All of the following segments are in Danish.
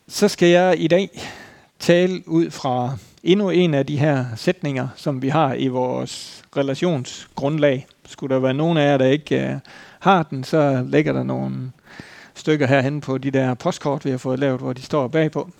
Så skal jeg i dag tale ud fra endnu en af de her sætninger, som vi har i vores relationsgrundlag. Skulle der være nogen af jer, der ikke har den, så ligger der nogle stykker herhen på de der postkort, vi har fået lavet, hvor de står bagpå.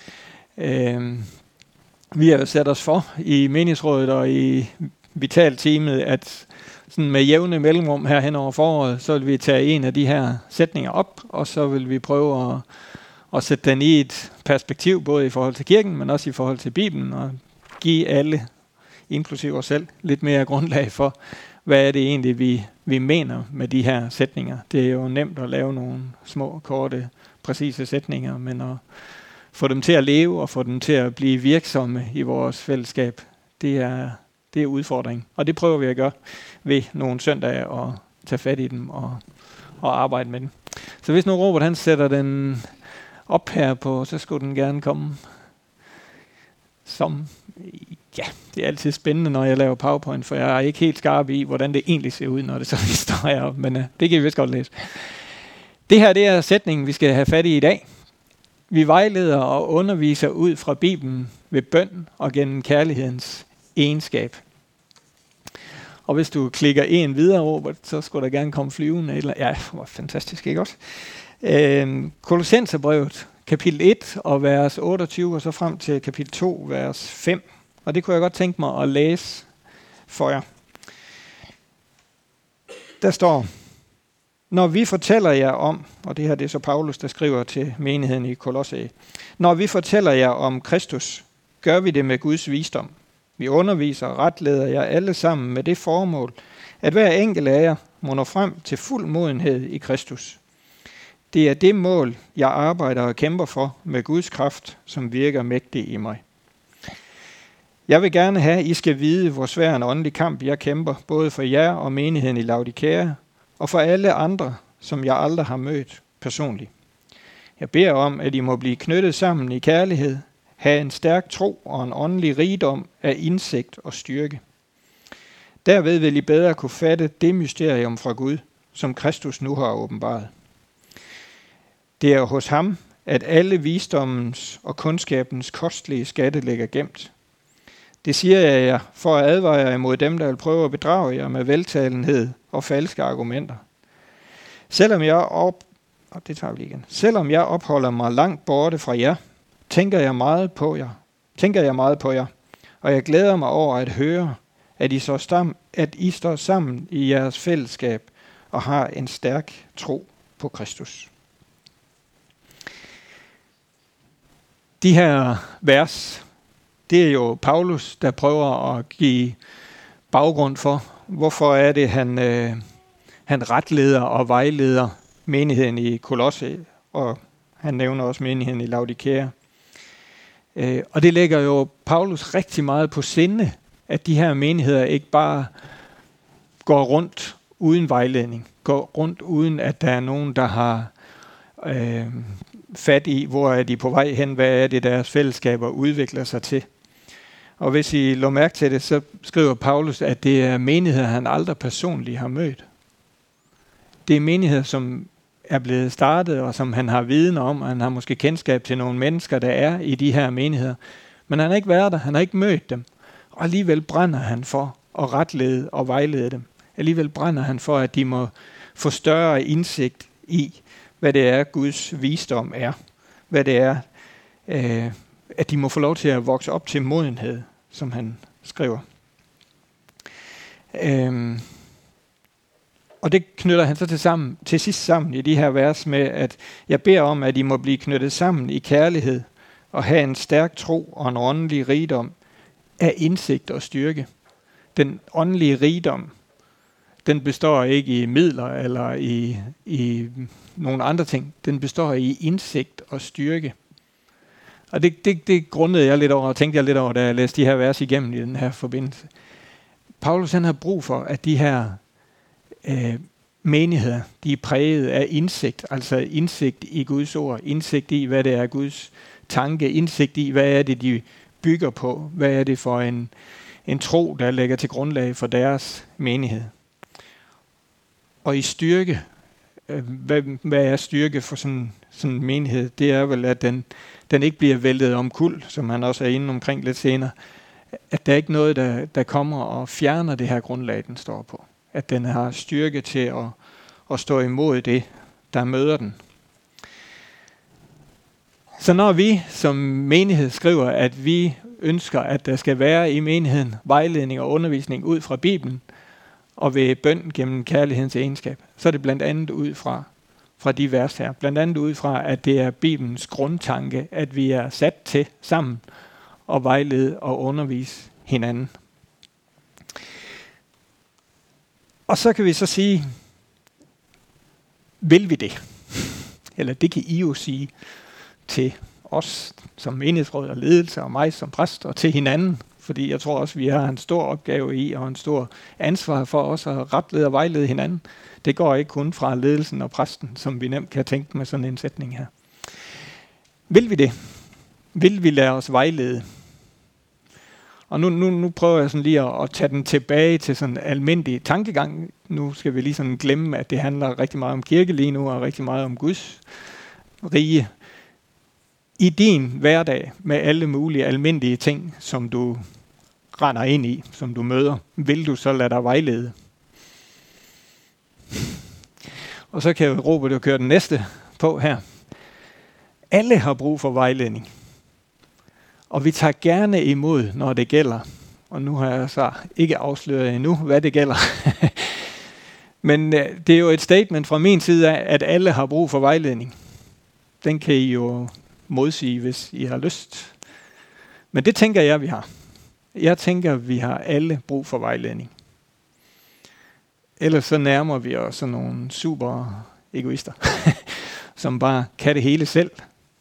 Vi har jo sat os for i menighedsrådet og i Vital-teamet, at sådan med jævne mellemrum herhen over foråret, så vil vi tage en af de her sætninger op, og så vil vi prøve at sætte den i et perspektiv, både i forhold til kirken, men også i forhold til Bibelen, og give alle, inklusive os selv, lidt mere grundlag for, hvad er det egentlig, vi mener med de her sætninger. Det er jo nemt at lave nogle små, korte, præcise sætninger, men at få dem til at leve og få dem til at blive virksomme i vores fællesskab, det er udfordringen. Og det prøver vi at gøre ved nogle søndage at tage fat i dem og arbejde med dem. Så hvis nu Robert han sætter den op her på, så skulle den gerne komme som... Ja, det er altid spændende, når jeg laver PowerPoint, for jeg er ikke helt skarp i, hvordan det egentlig ser ud, når det så står heroppe, men det kan vi vist godt læse. Det her, det er sætningen, vi skal have fat i dag. Vi vejleder og underviser ud fra Bibelen ved bøn og gennem kærlighedens egenskab. Og hvis du klikker en videre, Robert, så skulle der gerne komme flyvende. Ja, det var fantastisk, ikke også? Kolossenserbrevet, kapitel 1 og vers 28, og så frem til kapitel 2, vers 5. Og det kunne jeg godt tænke mig at læse for jer. Der står, når vi fortæller jer om, og det her det er så Paulus, der skriver til menigheden i Kolosse, når vi fortæller jer om Kristus, gør vi det med Guds visdom. Vi underviser og retleder jer alle sammen med det formål, at hver enkelt af jer må nå frem til fuld modenhed i Kristus. Det er det mål, jeg arbejder og kæmper for med Guds kraft, som virker mægtig i mig. Jeg vil gerne have, at I skal vide, hvor svær en åndelig kamp jeg kæmper, både for jer og menigheden i Laodikea, og for alle andre, som jeg aldrig har mødt personligt. Jeg beder om, at I må blive knyttet sammen i kærlighed, have en stærk tro og en åndelig rigdom af indsigt og styrke. Derved vil I bedre kunne fatte det mysterium fra Gud, som Kristus nu har åbenbaret. Det er hos ham, at alle visdommens og kundskabens kostlige skatte ligger gemt. Det siger jeg jer for at advare jer imod dem, der vil prøve at bedrage jer med veltalenhed og falske argumenter. Selvom jeg opholder mig langt borte fra jer, tænker jeg meget på jer, og jeg glæder mig over at høre, at I står sammen i jeres fællesskab og har en stærk tro på Kristus. De her vers, det er jo Paulus, der prøver at give baggrund for, hvorfor er det, han retleder og vejleder menigheden i Kolosse, og han nævner også menigheden i Laodikea. Og det lægger jo Paulus rigtig meget på sinde, at de her menigheder ikke bare går rundt uden vejledning, går rundt uden at der er nogen, der har fat i, hvor er de på vej hen, hvad er det deres fællesskaber udvikler sig til. Og hvis I lå mærke til det, så skriver Paulus, at det er menigheder, han aldrig personligt har mødt. Det er menigheder, som er blevet startet, og som han har viden om, og han har måske kendskab til nogle mennesker, der er i de her menigheder. Men han har ikke været der, han har ikke mødt dem. Og alligevel brænder han for at retlede og vejlede dem. Alligevel brænder han for, at de må få større indsigt i, hvad det er, Guds visdom er. Hvad det er, at de må få lov til at vokse op til modenhed, som han skriver. Og det knytter han så til sidst sammen i de her vers med, at jeg beder om, at I må blive knyttet sammen i kærlighed og have en stærk tro og en åndelig rigdom af indsigt og styrke. Den åndelige rigdom, den består ikke i midler eller i nogle andre ting. Den består i indsigt og styrke. Og det grundede jeg lidt over og tænkte jeg lidt over, da jeg læste de her vers igennem i den her forbindelse. Paulus han har brug for, at de her menigheder, de er præget af indsigt, altså indsigt i Guds ord, indsigt i, hvad det er Guds tanke, indsigt i, hvad er det, de bygger på, hvad er det for en tro, der lægger til grundlag for deres menighed. Og i styrke, Hvad er styrke for sådan en menighed? Det er vel, at den ikke bliver væltet omkuld, som han også er inde omkring lidt senere. At der er ikke noget, der kommer og fjerner det her grundlag, den står på. At den har styrke til at stå imod det, der møder den. Så når vi som menighed skriver, at vi ønsker, at der skal være i menigheden vejledning og undervisning ud fra Bibelen, og ved bøn gennem kærlighedens egenskab, så er det blandt andet ud fra de vers her. Blandt andet ud fra, at det er Bibelens grundtanke, at vi er sat til sammen at vejlede og undervise hinanden. Og så kan vi så sige, vil vi det? Eller det kan I jo sige til os som menighedsråd og ledelse, og mig som præst, og til hinanden. Fordi jeg tror også, vi har en stor opgave i, og en stor ansvar for os at retlede og vejlede hinanden. Det går ikke kun fra ledelsen og præsten, som vi nemt kan tænke med sådan en sætning her. Vil vi det? Vil vi lade os vejlede? Og nu prøver jeg sådan lige at tage den tilbage til sådan en almindelig tankegang. Nu skal vi lige sådan glemme, at det handler rigtig meget om kirke lige nu, og rigtig meget om Guds rige. I din hverdag med alle mulige almindelige ting, som du render ind i, som du møder, vil du så lade dig vejlede? Og så kan Robert jo køre den næste på her. Alle har brug for vejledning. Og vi tager gerne imod, når det gælder. Og nu har jeg så ikke afsløret endnu, hvad det gælder. Men det er jo et statement fra min side af, at alle har brug for vejledning. Den kan I jo modsige, hvis I har lyst. Men det tænker jeg, vi har. Jeg tænker, vi har alle brug for vejledning. Ellers så nærmer vi os sådan nogle super egoister, som bare kan det hele selv.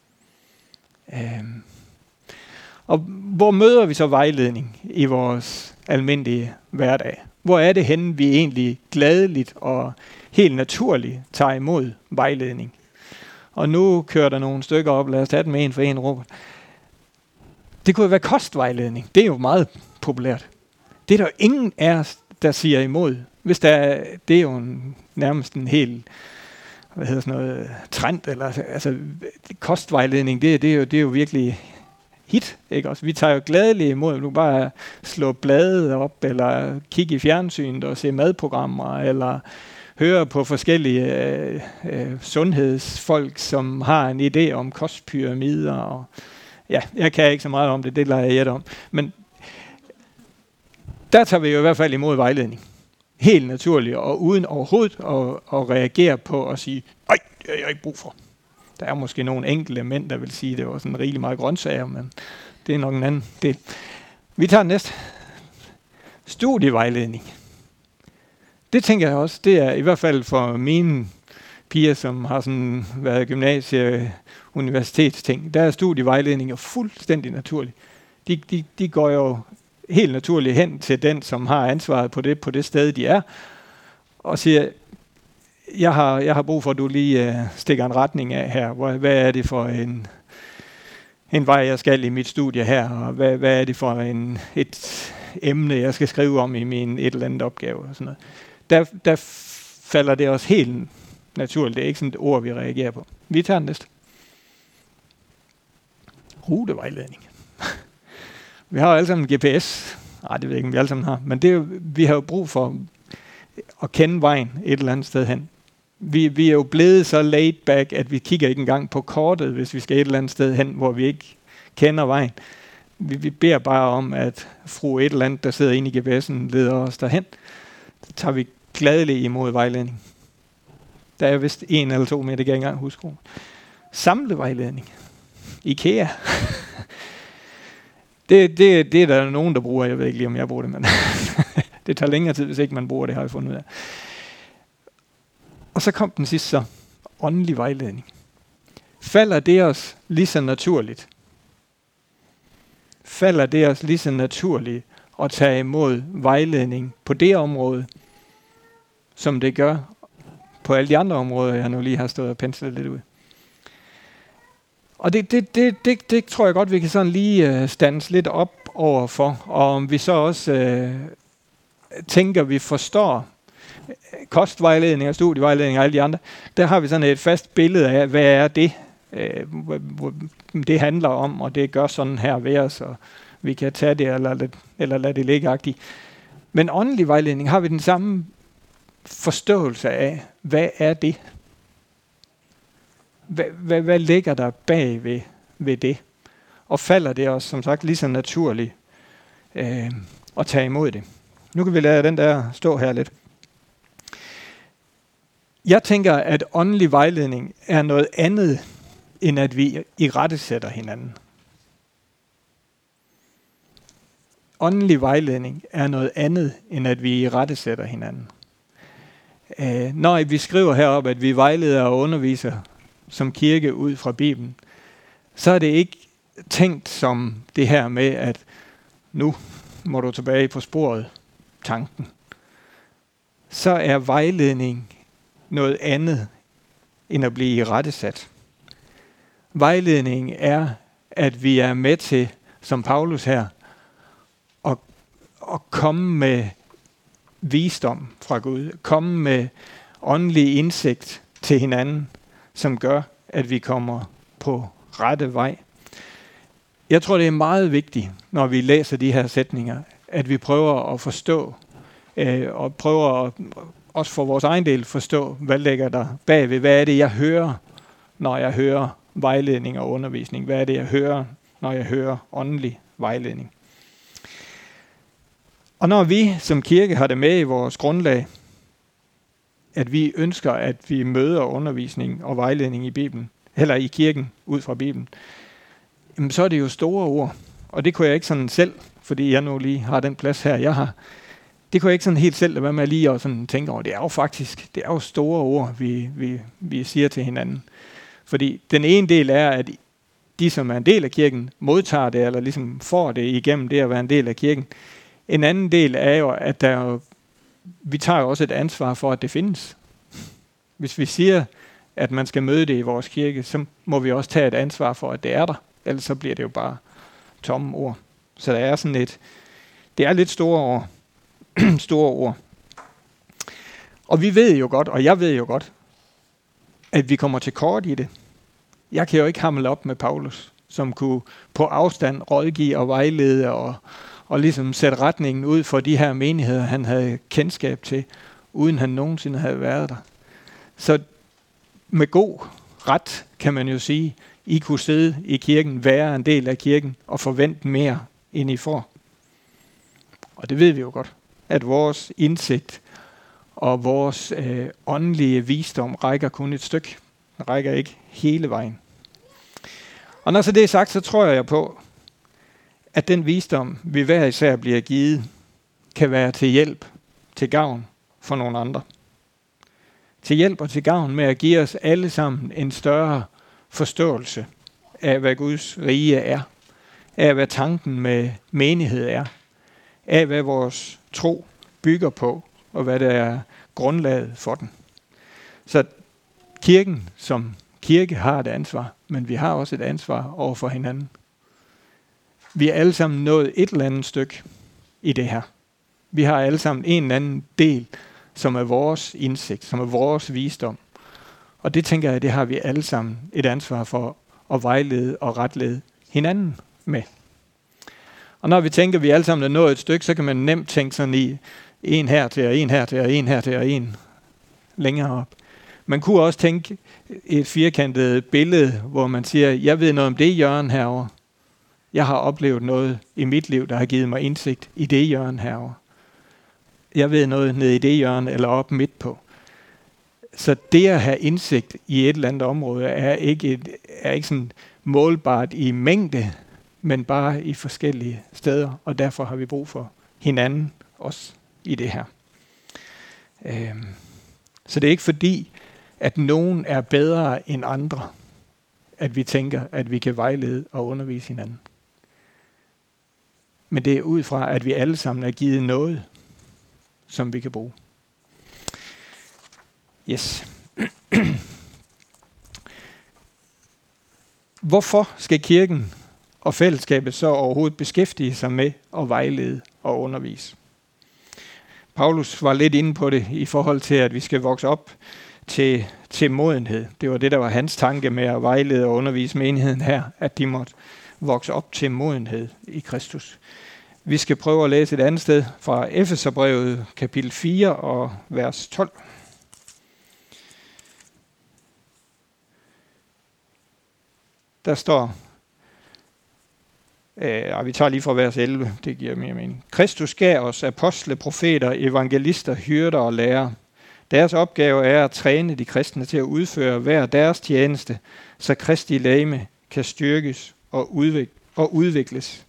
Og hvor møder vi så vejledning i vores almindelige hverdag? Hvor er det henne, vi egentlig gladeligt og helt naturligt tager imod vejledning? Og nu kører der nogle stykker op. Lad os tage den med en for en, Robert. Det kunne jo være kostvejledning. Det er jo meget populært. Det er der jo ingen af os, der siger imod. Hvis det er jo nærmest en helt trend. Eller, altså, kostvejledning, det er jo virkelig hit. Ikke? Også, vi tager jo gladeligt imod. Du bare slå bladet op, eller kigge i fjernsynet og se madprogrammer, eller høre på forskellige sundhedsfolk, som har en idé om kostpyramider. Og, ja, jeg kan ikke så meget om det lader jeg om. Men der tager vi jo i hvert fald imod vejledning. Helt naturligt, og uden overhovedet at reagere på og sige, nej, det har jeg ikke brug for. Der er måske nogle enkelte mænd, der vil sige, at det var sådan rigtig meget grøntsager, men det er nok en anden del. Vi tager næste. Studievejledning. Det tænker jeg også, det er i hvert fald for mine piger, som har sådan været gymnasie, universitetsting, der er studievejledning jo fuldstændig naturligt. De går jo helt naturligt hen til den, som har ansvaret på det sted, de er, og siger, jeg har brug for, at du lige stikker en retning af her. Hvad er det for en vej, jeg skal i mit studie her, og hvad er det for et emne, jeg skal skrive om i min et eller andet opgave og sådan noget. Der falder det også helt naturligt. Det er ikke sådan et ord, vi reagerer på. Vi tager den næste. Rutevejledning. Vi har jo alle sammen en GPS. Nej, det ved jeg ikke, om vi alle sammen har. Men vi har jo brug for at kende vejen et eller andet sted hen. Vi er jo blevet så laid back, at vi kigger ikke engang på kortet, hvis vi skal et eller andet sted hen, hvor vi ikke kender vejen. Vi beder bare om, at fru et eller andet, der sidder inde i GPS'en, leder os derhen. Så tager vi gladeligt imod vejledning. Der er vist 1 eller 2 mere, det kan jeg ikke engang huske. Samlevejledning. IKEA. Det er der nogen, der bruger. Jeg ved ikke lige, om jeg bruger det, men det tager længere tid, hvis ikke man bruger det, har jeg fundet ud af. Og så kom den sidste så. Åndelig vejledning. Falder det os lige så naturligt? Falder det os lige så naturligt at tage imod vejledning på det område, som det gør på alle de andre områder, jeg nu lige har stået og penslet lidt ud? Og det tror jeg godt, vi kan sådan lige stands lidt op overfor, og om vi så også tænker, vi forstår kostvejledning og studievejledning og alle de andre, der har vi sådan et fast billede af, hvad er det, det handler om, og det gør sådan her ved os, og vi kan tage det eller lade det ligge-agtigt. Men åndelig vejledning har vi den samme forståelse af, hvad er det? Hvad ligger der bag ved det? Og falder det os, som sagt, lige så naturligt at tage imod det. Nu kan vi lade den der stå her lidt. Jeg tænker, at åndelig vejledning er noget andet, end at vi irettesætter hinanden. Åndelig vejledning er noget andet, end at vi irettesætter hinanden. Når vi skriver heroppe, at vi vejleder og underviser som kirke ud fra Bibelen, så er det ikke tænkt som det her med, at nu må du tilbage på sporet, tanken. Så er vejledning noget andet, end at blive irettesat. Vejledning er, at vi er med til, som Paulus her, at komme med visdom fra Gud, komme med åndelig indsigt til hinanden, som gør, at vi kommer på rette vej. Jeg tror, det er meget vigtigt, når vi læser de her sætninger, at vi prøver at forstå, og prøver at også for vores egen del forstå, hvad ligger der bagved. Hvad er det, jeg hører, når jeg hører vejledning og undervisning? Hvad er det, jeg hører, når jeg hører åndelig vejledning? Og når vi som kirke har det med i vores grundlag, at vi ønsker, at vi møder undervisning og vejledning i Bibelen, eller i kirken ud fra Bibelen, jamen så er det jo store ord. Og det kunne jeg ikke sådan selv, fordi jeg nu lige har den plads her, jeg har. Det kunne jeg ikke sådan helt selv lade være med lige at sådan tænke over. Det er jo store ord, vi siger til hinanden. Fordi den ene del er, at de, som er en del af kirken, modtager det, eller ligesom får det igennem det at være en del af kirken. En anden del er jo, at vi tager jo også et ansvar for, at det findes. Hvis vi siger, at man skal møde det i vores kirke, så må vi også tage et ansvar for, at det er der. Ellers så bliver det jo bare tomme ord. Så der er sådan det er lidt store ord. Og vi ved jo godt, og jeg ved jo godt, at vi kommer til kort i det. Jeg kan jo ikke hamle op med Paulus, som kunne på afstand rådgive og vejlede og ligesom sætte retningen ud for de her menigheder, han havde kendskab til, uden han nogensinde havde været der. Så med god ret kan man jo sige, I kunne sidde i kirken, være en del af kirken og forvente mere, end I får. Og det ved vi jo godt, at vores indsigt og vores åndelige visdom rækker kun et stykke. Den rækker ikke hele vejen. Og når så det er sagt, så tror jeg på, at den visdom, vi hver især bliver givet, kan være til hjælp, til gavn for nogle andre. Til hjælp og til gavn med at give os alle sammen en større forståelse af, hvad Guds rige er, af hvad tanken med menighed er, af hvad vores tro bygger på, og hvad der er grundlaget for den. Så kirken som kirke har et ansvar, men vi har også et ansvar over for hinanden. Vi er alle sammen nået et eller andet stykke i det her. Vi har alle sammen en eller anden del, som er vores indsigt, som er vores visdom. Og det tænker jeg, det har vi alle sammen et ansvar for at vejlede og retlede hinanden med. Og når vi tænker, at vi alle sammen er nået et stykke, så kan man nemt tænke sådan i en her til, og en her til, og en her til, og en længere op. Man kunne også tænke et firkantet billede, hvor man siger, jeg ved noget om det hjørne herovre. Jeg har oplevet noget i mit liv, der har givet mig indsigt i det hjørne herovre. Jeg ved noget nede i det hjørne, eller op midt på. Så det at have indsigt i et eller andet område, er ikke sådan målbart i mængde, men bare i forskellige steder, og derfor har vi brug for hinanden også i det her. Så det er ikke fordi, at nogen er bedre end andre, at vi tænker, at vi kan vejlede og undervise hinanden. Men det er ud fra, at vi alle sammen er givet noget, som vi kan bruge. Yes. Hvorfor skal kirken og fællesskabet så overhovedet beskæftige sig med at vejlede og undervise? Paulus var lidt inde på det i forhold til, at vi skal vokse op til modenhed. Det var det, der var hans tanke med at vejlede og undervise menigheden her, at de måtte vokse op til modenhed i Kristus. Vi skal prøve at læse et andet sted fra Efeserbrevet kapitel 4 og vers 12. Der står, vi tager lige fra vers 11, det giver mere mening. Kristus gav os apostle, profeter, evangelister, hyrder og lærere. Deres opgave er at træne de kristne til at udføre hver deres tjeneste, så Kristi legeme kan styrkes og udvikles.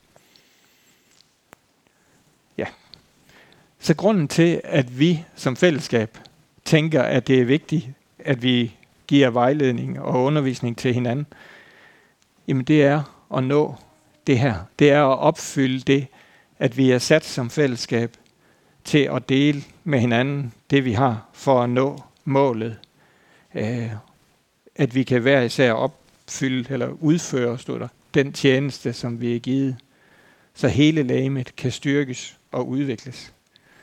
Ja. Så grunden til, at vi som fællesskab tænker, at det er vigtigt, at vi giver vejledning og undervisning til hinanden, jamen det er at nå det her. Det er at opfylde det, at vi er sat som fællesskab til at dele med hinanden det, vi har for at nå målet. At vi kan hver især opfylde eller udføre, stod der, den tjeneste, som vi er givet, så hele legemet kan styrkes og udvikles.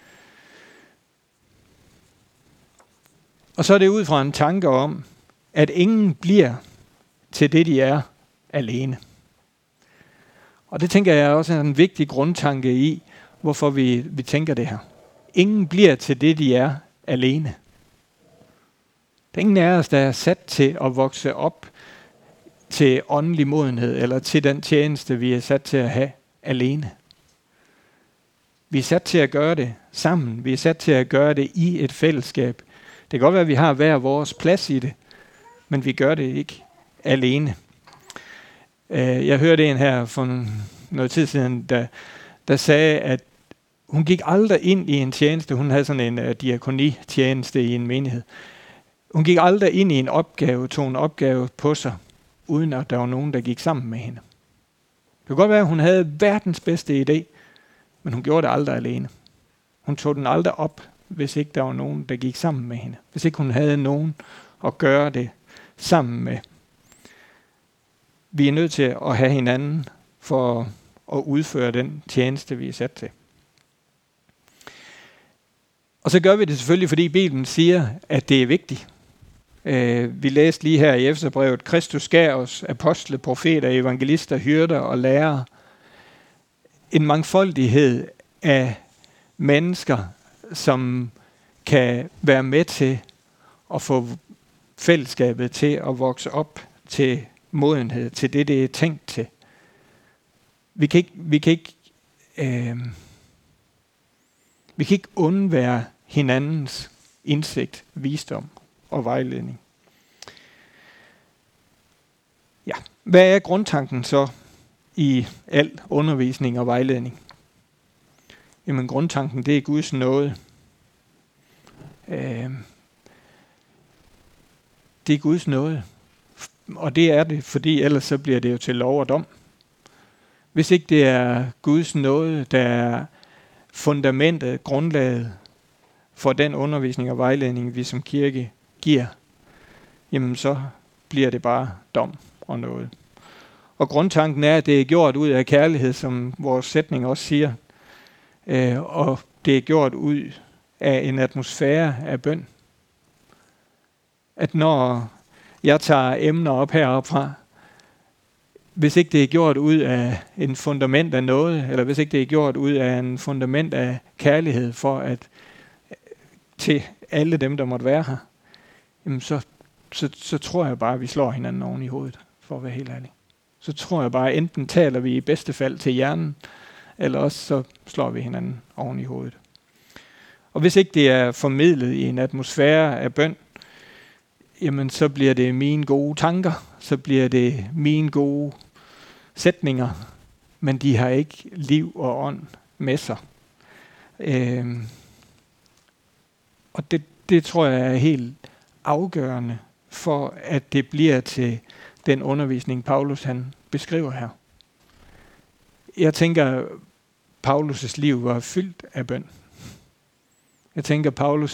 Og så er det ud fra en tanke om, at ingen bliver til det, de er alene. Og det tænker jeg også er en vigtig grundtanke i, hvorfor vi tænker det her. Ingen bliver til det, de er alene. Der er ingen af os, der er sat til at vokse op til åndelig modenhed, eller til den tjeneste, vi er sat til at have alene. Vi er sat til at gøre det sammen. Vi er sat til at gøre det i et fællesskab. Det kan godt være, at vi har hver vores plads i det, men vi gør det ikke alene. Jeg hørte en her for noget tid siden, der sagde, at hun gik aldrig ind i en tjeneste. Hun havde sådan en diakonitjeneste i en menighed. Hun gik aldrig ind i en opgave, tog en opgave på sig, uden at der var nogen, der gik sammen med hende. Det kunne godt være, at hun havde verdens bedste idé, men hun gjorde det aldrig alene. Hun tog den aldrig op, hvis ikke der var nogen, der gik sammen med hende. Hvis ikke hun havde nogen at gøre det sammen med. Vi er nødt til at have hinanden for at udføre den tjeneste, vi er sat til. Og så gør vi det selvfølgelig, fordi Bibelen siger, at det er vigtigt. Vi læste lige her i Efeserbrevet, Kristus gav os apostle, profeter, evangelister, hyrder og lærere. En mangfoldighed af mennesker, som kan være med til at få fællesskabet til at vokse op til modenhed, til det er tænkt til. Vi kan ikke undvære hinandens indsigt, visdom og vejledning. Ja, hvad er grundtanken så i al undervisning og vejledning? Jamen grundtanken, det er Guds nåde. Det er Guds nåde. Og det er det, fordi ellers så bliver det jo til lov og dom. Hvis ikke det er Guds nåde, der er fundamentet, grundlaget for den undervisning og vejledning, vi som kirke giver, jamen så bliver det bare dom og nåde. Og grundtanken er, at det er gjort ud af kærlighed, som vores sætning også siger. Og det er gjort ud af en atmosfære af bøn. At når jeg tager emner op heroppe fra, hvis ikke det er gjort ud af en fundament af noget, eller hvis ikke det er gjort ud af en fundament af kærlighed for at til alle dem, der måtte være her, jamen så tror jeg bare, at vi slår hinanden oven i hovedet, for at være helt ærlig. Så tror jeg bare, enten taler vi i bedste fald til hjernen, eller også så slår vi hinanden oven i hovedet. Og hvis ikke det er formidlet i en atmosfære af bøn, jamen så bliver det mine gode tanker, så bliver det mine gode sætninger, men de har ikke liv og ånd med sig. Og det tror jeg er helt afgørende for, at det bliver til den undervisning, Paulus han beskriver her. Jeg tænker, Paulus' liv var fyldt af bøn. Jeg tænker, Paulus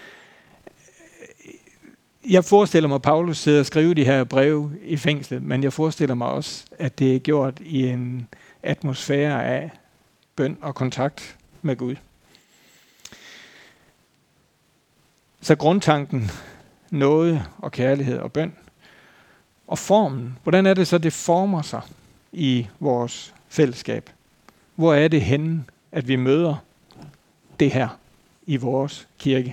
jeg forestiller mig, at Paulus sidder og skriver de her breve i fængslet, men jeg forestiller mig også, at det er gjort i en atmosfære af bøn og kontakt med Gud. Så grundtanken, nåde og kærlighed og bøn. Og formen, hvordan er det så, det former sig i vores fællesskab? Hvor er det henne, at vi møder det her i vores kirke?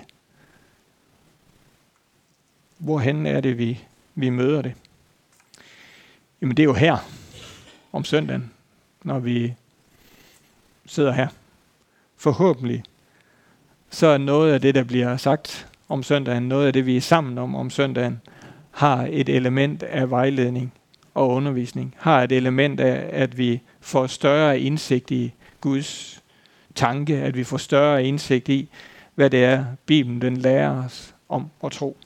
Hvorhen er det, vi møder det? Jamen det er jo her om søndagen, når vi sidder her. Forhåbentlig så er noget af det, der bliver sagt om søndagen, noget af det, vi er sammen om søndagen, har et element af vejledning og undervisning, har et element af, at vi får større indsigt i Guds tanke, at vi får større indsigt i, hvad det er, Bibelen den lærer os om at tro.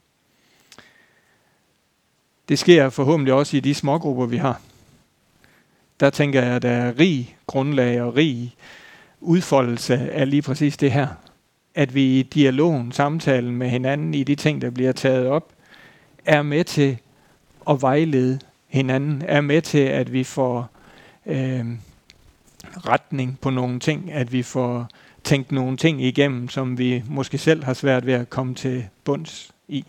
Det sker forhåbentlig også i de smågrupper, vi har. Der tænker jeg, at der er rig grundlag og rig udfoldelse af lige præcis det her. At vi i dialogen, samtalen med hinanden, i de ting, der bliver taget op, er med til at vejlede hinanden, er med til, at vi får retning på nogle ting, at vi får tænkt nogle ting igennem, som vi måske selv har svært ved at komme til bunds i.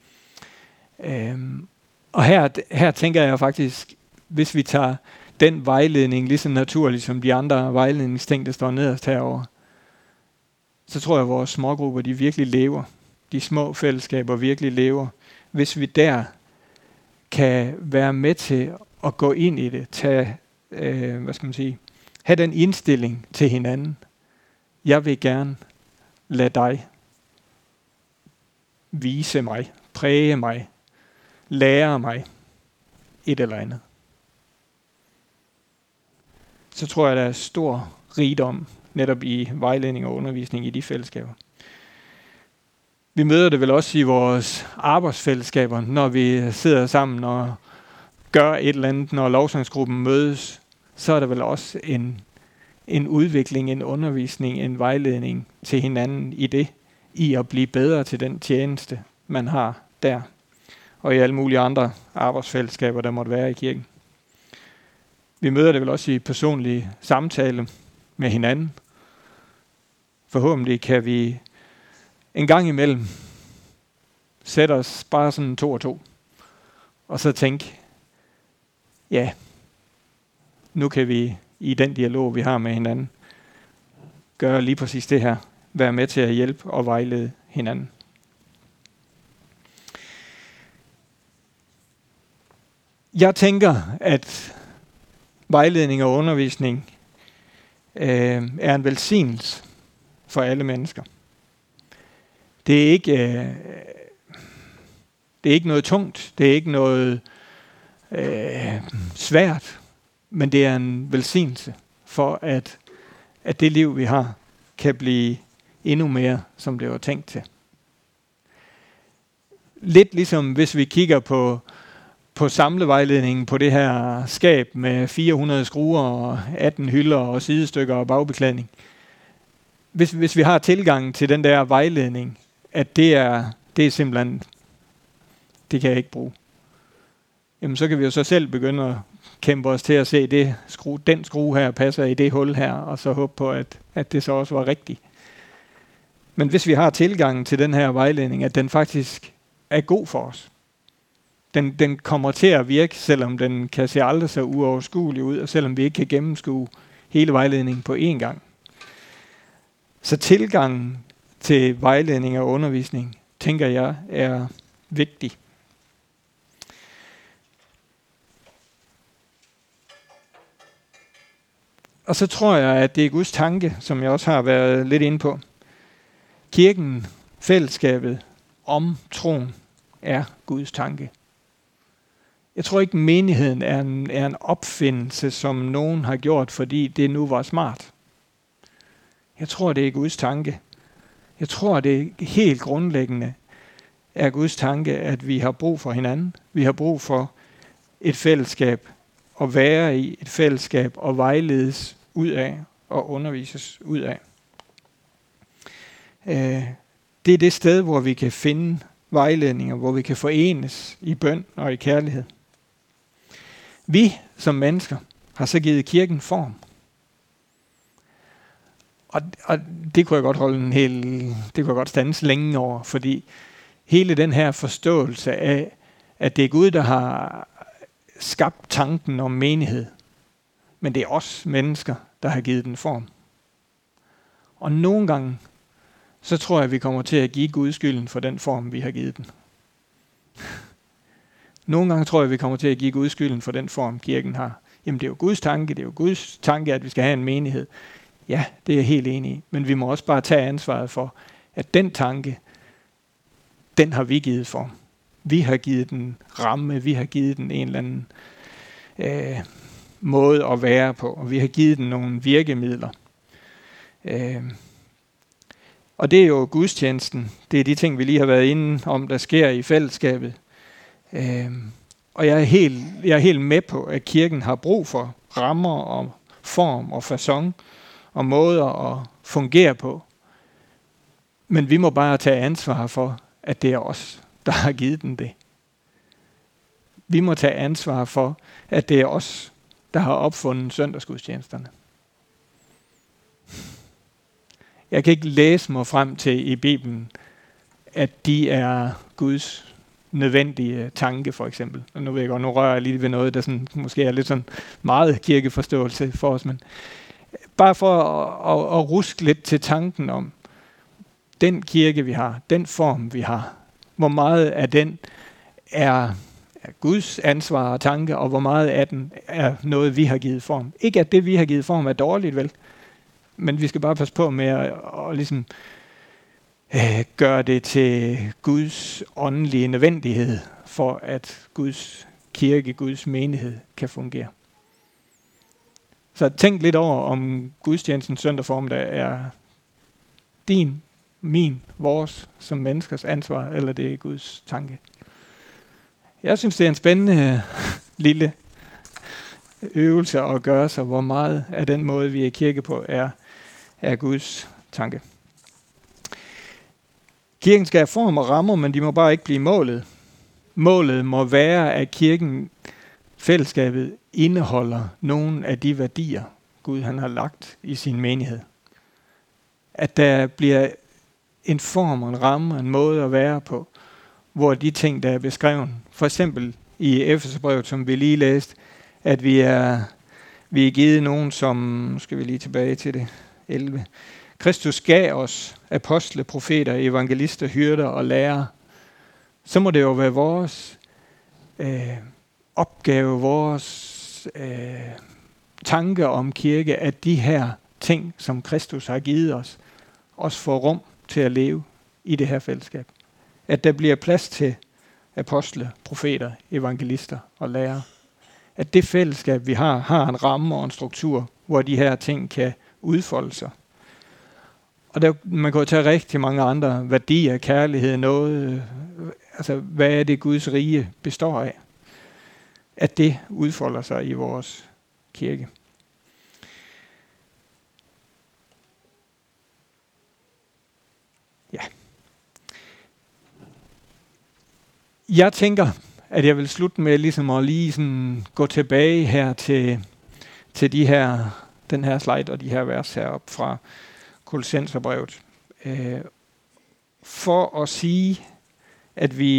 Og her tænker jeg faktisk, hvis vi tager den vejledning lige så naturligt som de andre vejledningsting, der står nederst herover, så tror jeg, at vores smågrupper, de virkelig lever. De små fællesskaber virkelig lever. Hvis vi der kan være med til at gå ind i det, have den indstilling til hinanden. Jeg vil gerne lade dig vise mig, præge mig, lære mig et eller andet. Så tror jeg, der er stor rigdom netop i vejledning og undervisning i de fællesskaber. Vi møder det vel også i vores arbejdsfællesskaber, når vi sidder sammen og gør et eller andet, når lovsangsgruppen mødes, så er der vel også en udvikling, en undervisning, en vejledning til hinanden i det, i at blive bedre til den tjeneste, man har der, og i alle mulige andre arbejdsfællesskaber, der måtte være i kirken. Vi møder det vel også i personlige samtale med hinanden. Forhåbentlig kan vi en gang imellem sætte os bare sådan 2 og 2, og så tænke, ja, nu kan vi i den dialog, vi har med hinanden, gøre lige præcis det her. Være med til at hjælpe og vejlede hinanden. Jeg tænker, at vejledning og undervisning er en velsignelse for alle mennesker. Det er ikke noget tungt, det er ikke noget svært, men det er en velsignelse for, at det liv, vi har, kan blive endnu mere, som det var tænkt til. Lidt ligesom hvis vi kigger på samlevejledningen på det her skab med 400 skruer og 18 hylder og sidestykker og bagbeklædning. Hvis vi har tilgang til den der vejledning, at det er simpelthen, det kan jeg ikke bruge. Jamen så kan vi jo så selv begynde at kæmpe os til at se, den skrue her passer i det hul her, og så håbe på, at det så også var rigtigt. Men hvis vi har tilgang til den her vejledning, at den faktisk er god for os. Den kommer til at virke, selvom den kan se aldrig så uoverskuelig ud, og selvom vi ikke kan gennemskue hele vejledningen på én gang. Så tilgangen til vejledning og undervisning, tænker jeg, er vigtig. Og så tror jeg, at det er Guds tanke, som jeg også har været lidt inde på. Kirken, fællesskabet om troen, er Guds tanke. Jeg tror ikke, menigheden er en opfindelse, som nogen har gjort, fordi det nu var smart. Jeg tror, det er Guds tanke. Jeg tror, det helt grundlæggende er Guds tanke, at vi har brug for hinanden. Vi har brug for et fællesskab at være i, et fællesskab at vejledes ud af og undervises ud af. Det er det sted, hvor vi kan finde vejledninger, hvor vi kan forenes i bøn og i kærlighed. Vi som mennesker har så givet kirken form. Og det kunne jeg godt det kunne jeg godt stands længe over, fordi hele den her forståelse af, at det er Gud, der har skabt tanken om menighed, men det er os mennesker, der har givet den form. Og nogle gange, så tror jeg, at vi kommer til at give Gud skylden for den form, vi har givet den. Nogle gange tror jeg, at vi kommer til at give Gud skylden for den form, kirken har. Jamen det er jo Guds tanke, at vi skal have en menighed. Ja, det er jeg helt enig i. Men vi må også bare tage ansvaret for, at den tanke, den har vi givet form. Vi har givet den ramme, vi har givet den en eller anden måde at være på, og vi har givet den nogle virkemidler. Og det er jo gudstjenesten. Det er de ting, vi lige har været inde om, der sker i fællesskabet. Og jeg er helt med på, at kirken har brug for rammer og form og facon og måder at fungere på. Men vi må bare tage ansvar for, at det er os, der har givet den det. Vi må tage ansvar for, at det er os, der har opfundet søndagsgudstjenesterne. Jeg kan ikke læse mig frem til i Bibelen, at de er Guds nødvendige tanke, for eksempel. Og nu ved jeg godt, nu rører jeg lige ved noget, der sådan, måske er lidt sådan meget kirkeforståelse for os, men bare for at ruske lidt til tanken om den kirke, vi har, den form, vi har, hvor meget af den er Guds ansvar og tanke, og hvor meget af den er noget, vi har givet form. Ikke at det, vi har givet form, er dårligt, vel? Men vi skal bare passe på med at ligesom gøre det til Guds åndelige nødvendighed, for at Guds kirke, Guds menighed kan fungere. Så tænk lidt over, om gudstjenestens søndag formiddag er din, min, vores som menneskers ansvar, eller det er Guds tanke. Jeg synes, det er en spændende lille øvelse at gøre sig, hvor meget af den måde, vi er kirke på, er Guds tanke. Kirken skal have form og rammer, men de må bare ikke blive målet. Målet må være, at kirken, fællesskabet, indeholder nogle af de værdier, Gud han har lagt i sin menighed. At der bliver en form og en ramme, en måde at være på, hvor de ting, der er beskrevet, for eksempel i Efeserbrevet, som vi lige læste, at vi er givet nogen, som, nu skal vi lige tilbage til det, 11. Kristus gav os apostle, profeter, evangelister, hyrder og lærere. Så må det jo være vores opgave, vores tanke om kirke, at de her ting, som Kristus har givet os, også får rum til at leve i det her fællesskab. At der bliver plads til apostle, profeter, evangelister og lærere. At det fællesskab, vi har en ramme og en struktur, hvor de her ting kan udfolde sig. Og man kan jo tage rigtig mange andre værdier, kærlighed, noget, altså hvad er det Guds rige består af? At det udfolder sig i vores kirke. Ja. Jeg tænker, at jeg vil slutte med ligesom at lige sådan gå tilbage her til den her slide og de her vers heroppe fra Kolossenserbrevet. For at sige, at vi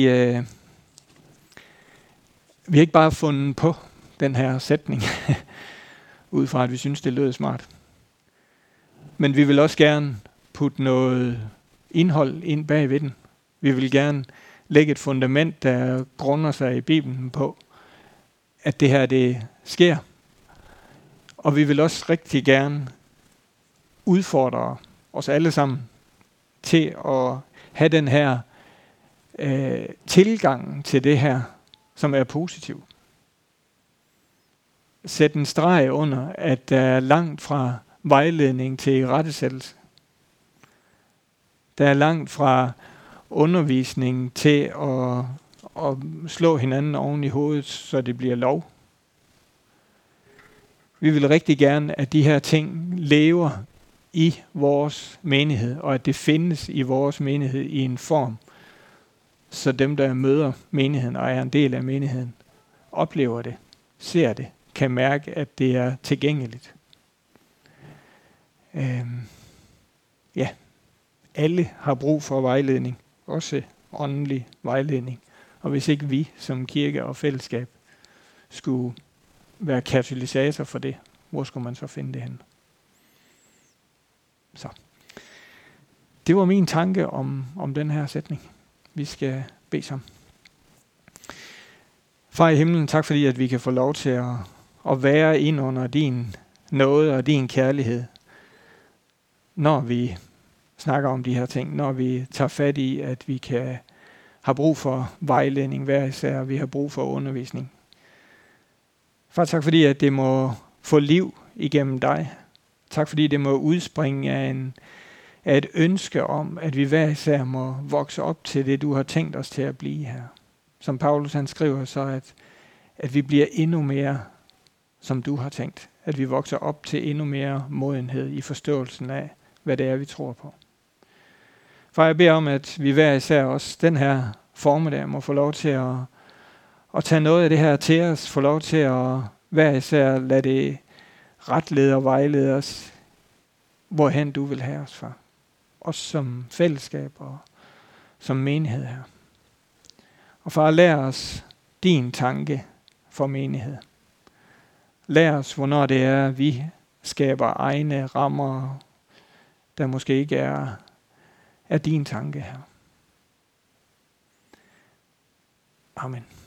ikke bare har fundet på den her sætning, ud fra at vi synes, det lød smart. Men vi vil også gerne putte noget indhold ind bag ved den. Vi vil gerne lægge et fundament, der grunder sig i Bibelen på, at det her, det sker. Og vi vil også rigtig gerne udfordre os alle sammen til at have den her tilgang til det her, som er positiv. Sæt en streg under, at der er langt fra vejledning til irettesættelse. Der er langt fra undervisning til at slå hinanden oven i hovedet, så det bliver lov. Vi vil rigtig gerne, at de her ting lever i vores menighed, og at det findes i vores menighed i en form, så dem, der møder menigheden og er en del af menigheden, oplever det, ser det, kan mærke, at det er tilgængeligt. ja, alle har brug for vejledning, også åndelig vejledning. Og hvis ikke vi som kirke og fællesskab skulle være katalysator for det, hvor skulle man så finde det hen? Så. Det var min tanke om den her sætning. Vi skal bede sammen. Far i himlen, tak fordi at vi kan få lov til at være ind under din nåde og din kærlighed, når vi snakker om de her ting, når vi tager fat i, at vi kan have brug for vejledning hver især, vi har brug for undervisning. Far, tak fordi at det må få liv igennem dig. Tak fordi det må udspringe af et ønske om, at vi hver især må vokse op til det, du har tænkt os til at blive her. Som Paulus han skriver så, at vi bliver endnu mere, som du har tænkt. At vi vokser op til endnu mere modenhed i forståelsen af, hvad det er, vi tror på. Far, jeg beder om, at vi hver især også den her formiddag må få lov til at tage noget af det her til os, få lov til at hver især lade det retlede og vejlede os, hvorhen du vil have os fra. Også som fællesskab og som menighed her. Og far, lær os din tanke for menighed. Lær os, hvornår det er, vi skaber egne rammer, der måske ikke er din tanke her. Amen.